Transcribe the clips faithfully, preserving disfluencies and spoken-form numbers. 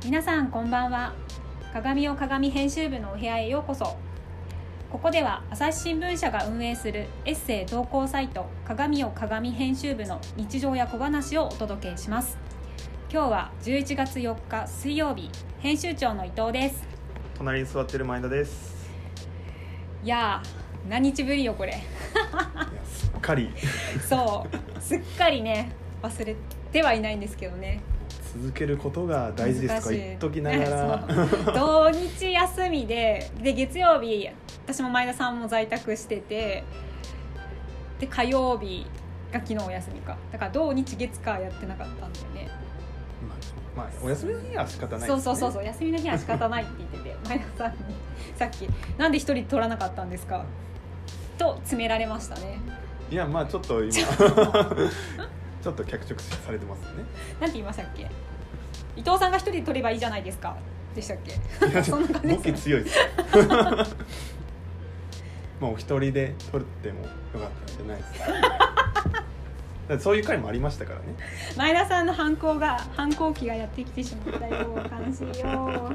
皆さんこんばんは。鏡を鏡編集部のお部屋へようこそ。ここでは朝日新聞社が運営するエッセイ投稿サイト鏡を鏡編集部の日常や小話をお届けします。今日はじゅういちがつよっか水曜日、編集長の伊藤です。 隣に座ってる前田です。 いやー何日ぶりよこれ。 いやすっかりそうすっかりね忘れてはいないんですけどね、 続けることが大事ですとか言っときながら土日休みでで月曜日私も前田さんも在宅してて、で火曜日が昨日お休みか、だから土日月火やってなかったんだよね。 まあ、まあ、お休みの日は仕方ないですね。 そうそうそうそう、休みの日は仕方ないって言ってて前田さんにさっきなんで一人取らなかったんですかと詰められましたね。 いやまあちょっと今ちょっと脚色されてますよね。 なんて言いましたっけ、伊藤さんが一人で取ればいいじゃないですかでしたっけ。 いやそんな感じです、ね、 ボケ強いですまあお一人で取ってもよかったんじゃないですかだってそういう回もありましたからね。 前田さんの反抗が反抗期がやってきてしまったよ、悲しいよ。あ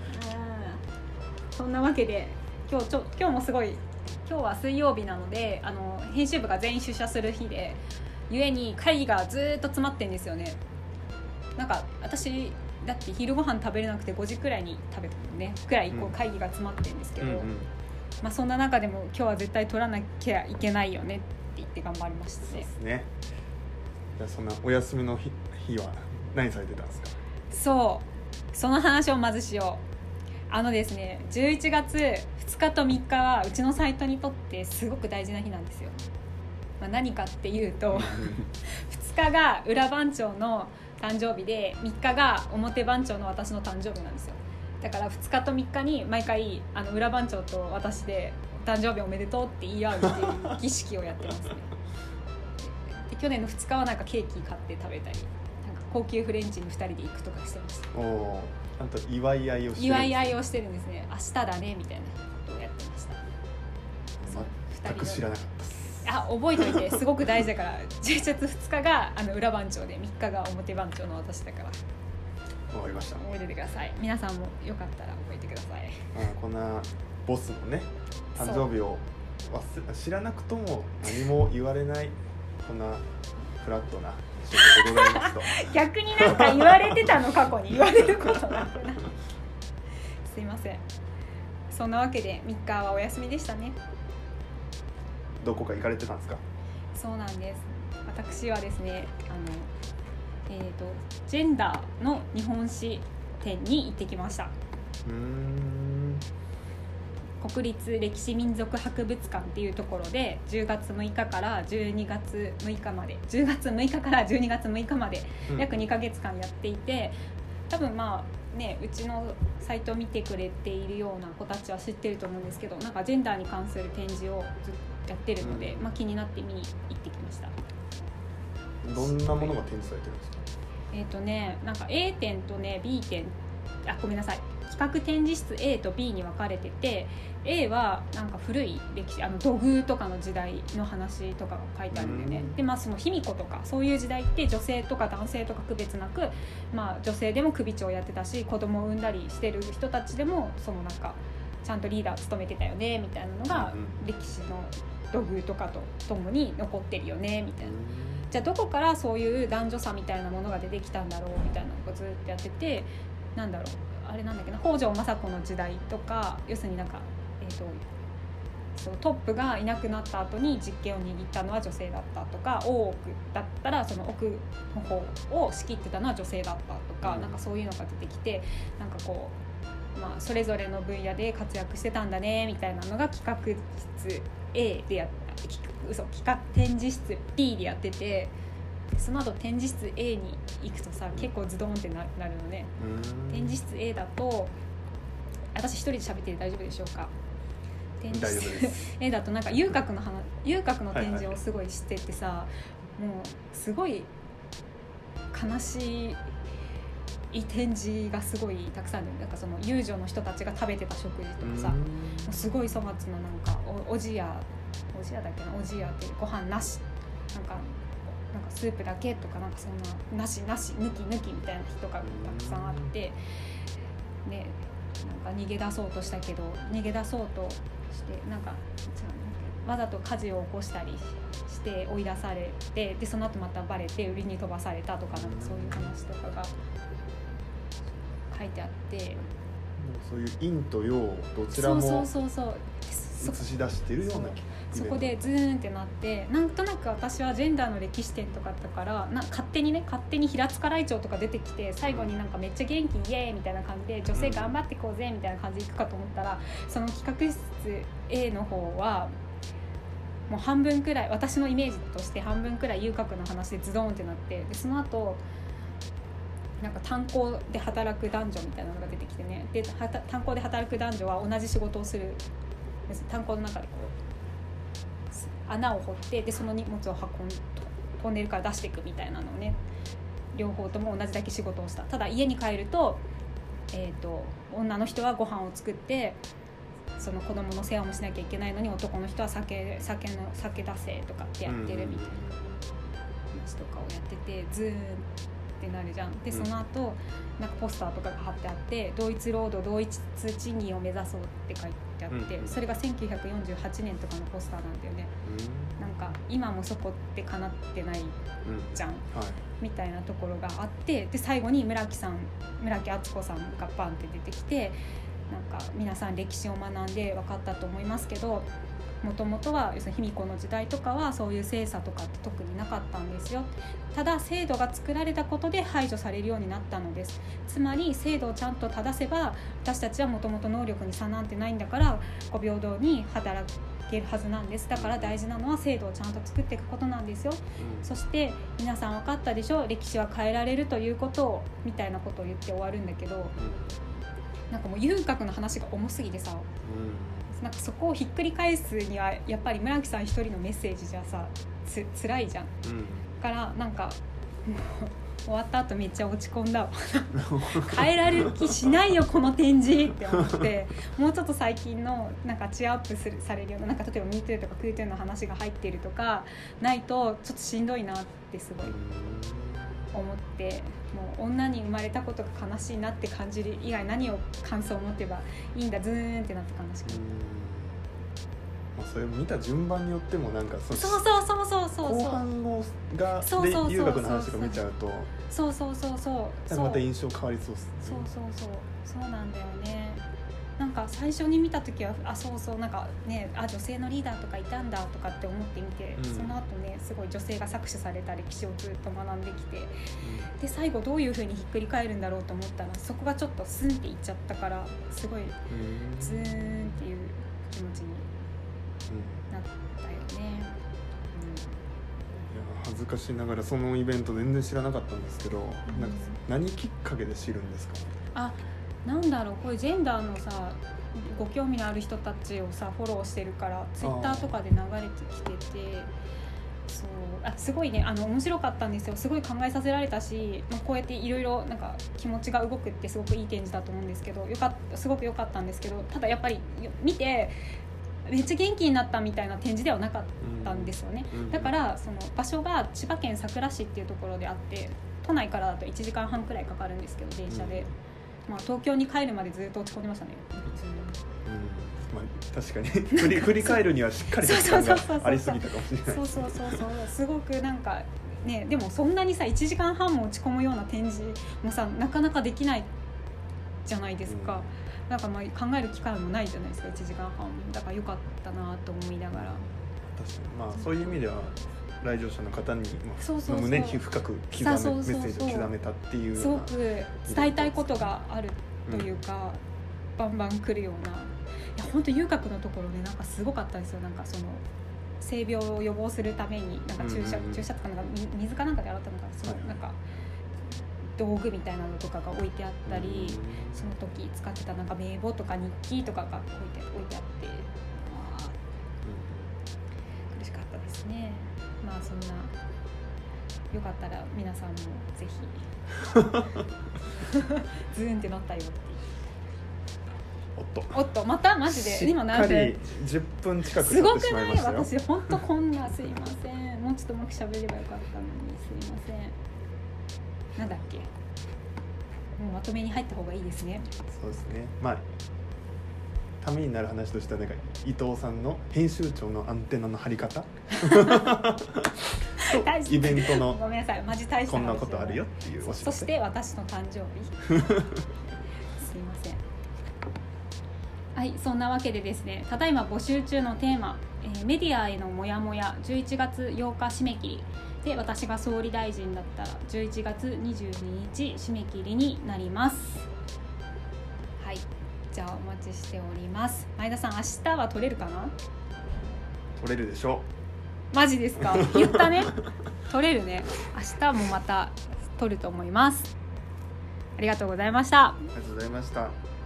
そんなわけで今日ちょ今日もすごい、今日は水曜日なのであの編集部が全員出社する日で、ゆえに会議がずっと詰まってんですよね。なんか私だって昼ご飯食べれなくてごじくらいに食べたのねくらいこう会議が詰まってるんですけど、うんうん、まあ、そんな中でも今日は絶対取らなきゃいけないよねって言って頑張りましたね。 そうですね。じゃあそんなお休みの 日, 日は何されてたんですか。そうその話をまずしよう。あのですね、じゅういちがつふつかとみっかはうちのサイトにとってすごく大事な日なんですよ。まあ、何かっていうとふつかが裏番長の誕生日でみっかが表番長の私の誕生日なんですよ。だからふつかとみっかに毎回あの裏番長と私で誕生日おめでとうって言い合うっていう儀式をやってますね。で去年のふつかはなんかケーキ買って食べたり、なんか高級フレンチにふたりで行くとかしてました。 おちゃんと祝い合いをしてる、 祝い合いをしてるんですね。明日だねみたいなことをやってました。 全く知らなかったです。 あ覚えておいて、すごく大事だからじゅういちがつふつかがあの裏番長でみっかが表番長の私だから。 わかりました。 覚えててください。皆さんもよかったら覚えてください。 あこんなボスのね誕生日を忘れ知らなくとも何も言われないこんなフラットな仕事でございますと逆になんか言われてたの、過去に言われることなくなすいません。そんなわけでみっかはお休みでしたね。 どこか行かれてたんですか。 そうなんです。私はですね、あの、えーと、ジェンダーの日本史展に行ってきました。 うーん国立歴史民族博物館っていうところでじゅうがつむいかからじゅうにがつむいかまでじゅうがつむいかからじゅうにがつむいかまで約にかげつかんやっていて、多分まあねうちのサイトを見てくれているような子たちは知ってると思うんですけど、なんかジェンダーに関する展示をずっとやってるので、うんまあ、気になって見に行ってきました。 どんなものが展示されてるんですか。 えっとねなんか A 展とね B 展、あごめんなさい企画展示室 A と B に分かれてて、 A はなんか古い歴史、あの土偶とかの時代の話とかが書いてあるんだよね。でまあその卑弥呼とかそういう時代って女性とか男性とか区別なく、まあ女性でも首長やってたし子供を産んだりしてる人たちでもそのなんかちゃんとリーダー務めてたよねみたいなのが歴史の土偶とかとともに残ってるよねみたいな。じゃあどこからそういう男女差みたいなものが出てきたんだろうみたいなのをずっとやってて、なんだろうあれなんだっけな、北条政子の時代とか、要するになんか、えーと、そうトップがいなくなった後に実権を握ったのは女性だったとか、大奥だったらその奥の方を仕切ってたのは女性だったとか、うん、なんかそういうのが出てきて、なんかこう、まあ、それぞれの分野で活躍してたんだねみたいなのが企画室 A でやっ嘘企画展示室 B でやってて、その後展示室 A に行くとさ結構ズドンって な, なるのね。展示室 A だと私一人で喋ってて大丈夫でしょうか。展示室 A だとなんか遊郭の話遊郭の展示をすごい知っててさ、はいはい、もうすごい悲しい展示がすごいたくさんで、なんかその遊女の人たちが食べてた食事とかさ、もうすごい粗末のなんか お, おじやおじやだっけなおじやってご飯なしなんかなんかスープだけとかなんかそんななしなし抜き抜きみたいな人がたくさんあって、ね、なんか逃げ出そうとしたけど逃げ出そうとしてなんかわざと火事を起こしたりして追い出されて、でその後またバレて売りに飛ばされたとかなんかそういう話とかが書いてあって、 そういう陰と陽どちらもそうそうそうそう映し出してるようなそこでズーンってなって、なんとなく私はジェンダーの歴史展とかだったからな勝手にね勝手に平塚らいちょうとか出てきて最後になんかめっちゃ元気イエーイみたいな感じで女性頑張ってこうぜみたいな感じでいくかと思ったら、その企画室 A の方はもう半分くらい私のイメージとして半分くらい遊郭の話でズドーンってなって、でその後なんか炭鉱で働く男女みたいなのが出てきてね、で炭鉱で働く男女は同じ仕事をする炭鉱の中でこう穴を掘ってでその荷物を運んトンネルから出していくみたいなのをね両方とも同じだけ仕事をした。ただ家に帰ると、えーと、女の人はご飯を作ってその子供の世話もしなきゃいけないのに男の人は酒、酒の酒出せとかってやってるみたいな話とかをやっててズーンってなるじゃん。でその後なんかポスターとかが貼ってあって同一労働同一賃金を目指そうって書いてあって、それがせんきゅうひゃくよんじゅうはちねんとかのポスターなんだよね。なんか今もそこって叶ってないじゃん、はい、みたいなところがあって、で最後に村木さん村木敦子さんがバンって出てきて、なんか皆さん歴史を学んで分かったと思いますけど、もともとは要するに卑弥呼の時代とかはそういう性差とかって特になかったんですよ。ただ制度が作られたことで排除されるようになったのです。つまり制度をちゃんと正せば私たちはもともと能力に差なんてないんだからご平等に働けるはずなんです。だから大事なのは制度をちゃんと作っていくことなんですよ、うん、そして皆さん分かったでしょ、歴史は変えられるということをみたいなことを言って終わるんだけど、うん、なんかもう遊郭の話が重すぎてさ、うん、なんかそこをひっくり返すにはやっぱり村木さん一人のメッセージじゃさつ辛いじゃん、うん、だからなんか終わった後めっちゃ落ち込んだわ変えられる気しないよこの展示って思ってもうちょっと最近のなんかチアアップするされるような、なんか例えば ミートゥー とか クートゥー の話が入っているとかないとちょっとしんどいなってすごい思って、もう女に生まれたことが悲しいなって感じる以外何を感想を持てばいいんだ、ズーンってなって悲しくて、 まあ、それを見た順番によってもなんかそそうそうそうそうそう後半のがで遊郭の話が見ちゃうとそうそうそうそうまた印象変わりそうですね。 そうそうそうそうなんだよね。なんか最初に見た時はあそうそうなんかねあ女性のリーダーとかいたんだとかって思ってみて、うん、その後ねすごい女性が搾取された歴史をずっと学んできて、うん、で最後どういう風にひっくり返るんだろうと思ったらそこがちょっとスンっていっちゃったからすごいズーンっていう気持ちになったよね、うん、いや恥ずかしながらそのイベント全然知らなかったんですけど、うん、なんか何きっかけで知るんですか？ あなんだろうこういうジェンダーのさご興味のある人たちをさフォローしてるからツイッターとかで流れてきててそうあすごいねあの面白かったんですよ。すごい考えさせられたし、まあ、こうやっていろいろなんか気持ちが動くってすごくいい展示だと思うんですけどよかったすごく良かったんですけど、ただやっぱり見てめっちゃ元気になったみたいな展示ではなかったんですよね、うんうん、だからその場所が千葉県佐倉市っていうところであって都内からだといちじかんはんくらいかかるんですけど電車で、うんまあ、東京に帰るまでずっと落ち込んでましたね、 うんまあ、確かに振り、振り返るにはしっかり時間がありすぎたかもしれない。そうそうそうそうすごくなんかねでもそんなにさいちじかんはんも落ち込むような展示もさなかなかできないじゃないですか、うん、なんかまあ考える機会もないじゃないですかいちじかんはんだからよかったなと思いながら。 確かにまあそういう意味では来場者の方に胸に深く刻むメッセージを刻めたっていうすごく伝えたいことがあるというか、うん、バンバン来るようないや本当遊郭のところねなんかすごかったですよ。なんかその性病を予防するためになんか注射、うんうん、注射とかなんか水かなんかで洗ったのかそのなんか、はい道具みたいなのとかが置いてあったり、うん、その時使ってたなんか名簿とか日記とかが置いて、置いてあって、まあうん、苦しかったですね。まあそんなよかったら皆さんもぜひズーンってなったよっていうおっとおっとまたマジで今何しっかり分じゅっぷん近くすごく経ってしまいないましたよ。 私本当こんなすいませんもうちょっとうまく喋ればよかったのにすいませんなんだっけもうまとめに入った方がいいですねそうですね。まあためになる話としてはなんか伊藤さんの編集長のアンテナの張り方とイベントのごめんなさいマジ大した話こんなことあるよっていうお知らせ。 そして私の誕生日すいませんはい、そんなわけでですね、ただいま募集中のテーマ、えー、メディアへのモヤモヤじゅういちがつようか締め切りで、私が総理大臣だったらじゅういちがつにじゅうににち締め切りになります。はい、じゃあお待ちしております。前田さん、明日は取れるかな？ 取れるでしょう。マジですか？言ったね。取れるね。明日もまた取ると思います。ありがとうございました。 ありがとうございました。